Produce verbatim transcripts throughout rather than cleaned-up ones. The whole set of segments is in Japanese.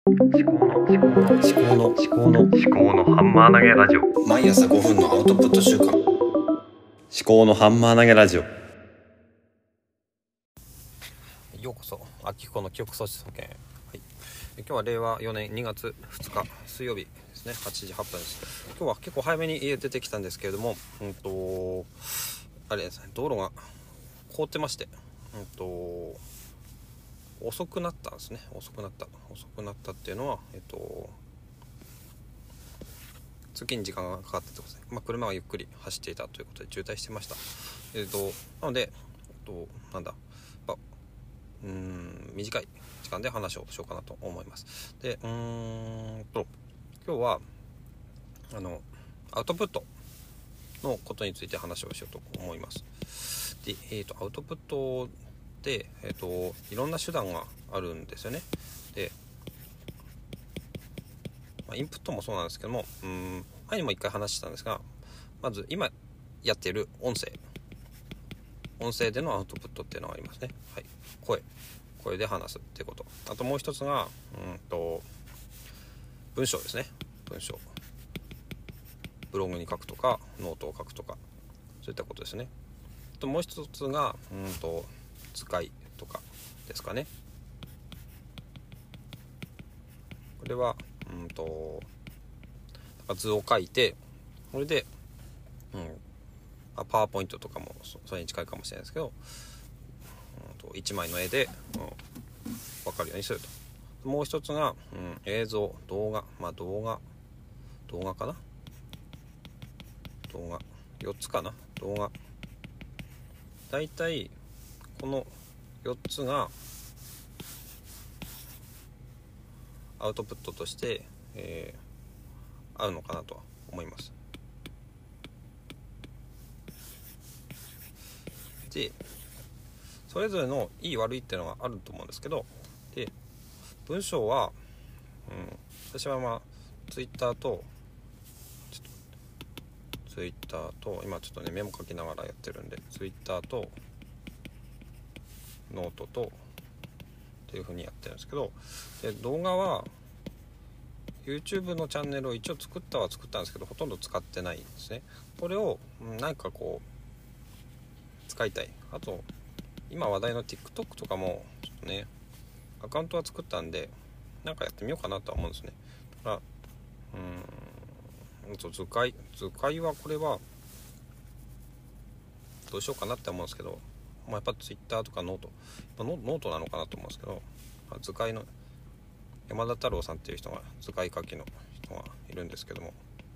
思考の思考の思考の思考の思考のハンマー投げラジオ。 毎朝ごふんのアウトプット週間。 思考のハンマー投げラジオ。 ようこそ秋彦の記憶喪失保険、はい、今日はれいわよねんにがつふつか水曜日ですね。はちじはっぷんです。今日は結構早めに家出てきたんですけれども、うんとあれですね、道路が凍ってまして、うんと遅くなったんですね。遅くなった遅くなったっていうのは、えっと通勤に時間がかかったってことですね。まあ、車がゆっくり走っていたということで渋滞してました。えっとなので、えっとなんだまあうーん短い時間で話をしようかなと思います。でうーんと今日はあのアウトプットのことについて話をしようと思います。で、えー、とアウトプットで、えー、といろんな手段があるんですよね。で、まあ、インプットもそうなんですけども、うーん前にも一回話したんですが、まず今やっている音声音声でのアウトプットっていうのがありますね。はい、声声で話すっていうこと。あともう一つがうんと文章ですね。文章ブログに書くとかノートを書くとかそういったことですね。あともう一つがうんと図いとかですかね。これはうんと図を書いて、それで、うん、パワーポイントとかもそれに近いかもしれないですけど、うん、といちまいの絵で、うん、分かるようにすると。もう一つが、うん、映像動画まあ動画動画かな動画よっつかな動画だいたいこのよっつがアウトプットとして、えー、合うのかなとは思います。でそれぞれのいい悪いっていうのがあると思うんですけど、で文章は、うん、私はまあツイッターとちょっとツイッターと今ちょっとねメモ書きながらやってるんで、ツイッターとノートとっていう風にやってるんですけど、で動画は YouTube のチャンネルを一応作ったは作ったんですけど、ほとんど使ってないんですね。これをなんかこう使いたい。あと今話題の TikTok とかもちょっとねアカウントは作ったんでなんかやってみようかなとは思うんですね。だからうーんと図解図解はこれはどうしようかなって思うんですけど、まあ、やっぱ Twitter とかノートノートなのかなと思うんですけど、まあ、図解の山田太郎さんっていう人が図解書きの人がいるんですけども、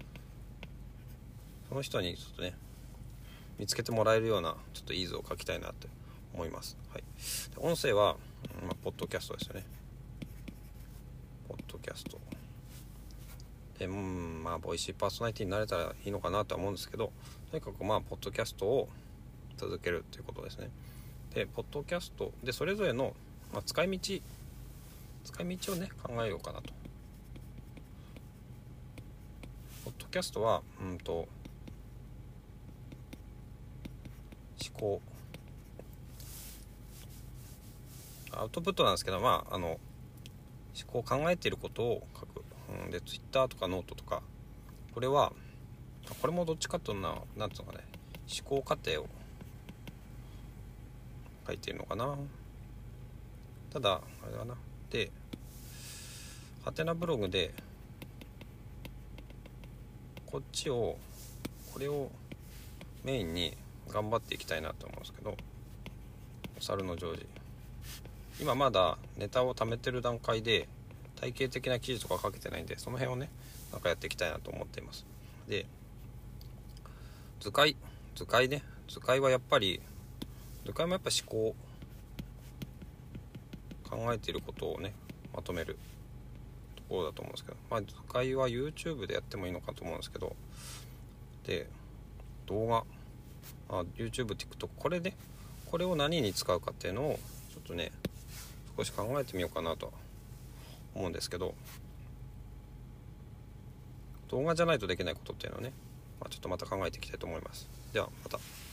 その人にちょっとね見つけてもらえるようなちょっといい図を書きたいなって思います。はい、で音声は、まあ、ポッドキャストですよね。ポッドキャストで、うんまあボイシーパーソナリティになれたらいいのかなとは思うんですけど、とにかくまあポッドキャストを続けるということですね。でポッドキャストでそれぞれの、まあ、使い道使い道をね考えようかなと。ポッドキャストはうんと思考アウトプットなんですけど、まああの思考を考えていることを書く、うん、で Twitter とかノートとかこれはこれもどっちかというとななんていうのかね思考過程を書いているのかな。ただあれだなでハテナブログでこっちをこれをメインに頑張っていきたいなと思うんですけど、お猿のジョージ今まだネタを貯めてる段階で体系的な記事とか書けてないんで、その辺をねなんかやっていきたいなと思っています。で図解図解ね図解はやっぱり図解もやっぱ思考考えていることをねまとめるところだと思うんですけど、まあ図解は YouTube でやってもいいのかと思うんですけど、で動画あ YouTube、TikTok これでこれを何に使うかっていうのをちょっとね少し考えてみようかなと思うんですけど、動画じゃないとできないことっていうのはね、まあ、ちょっとまた考えていきたいと思います。ではまた。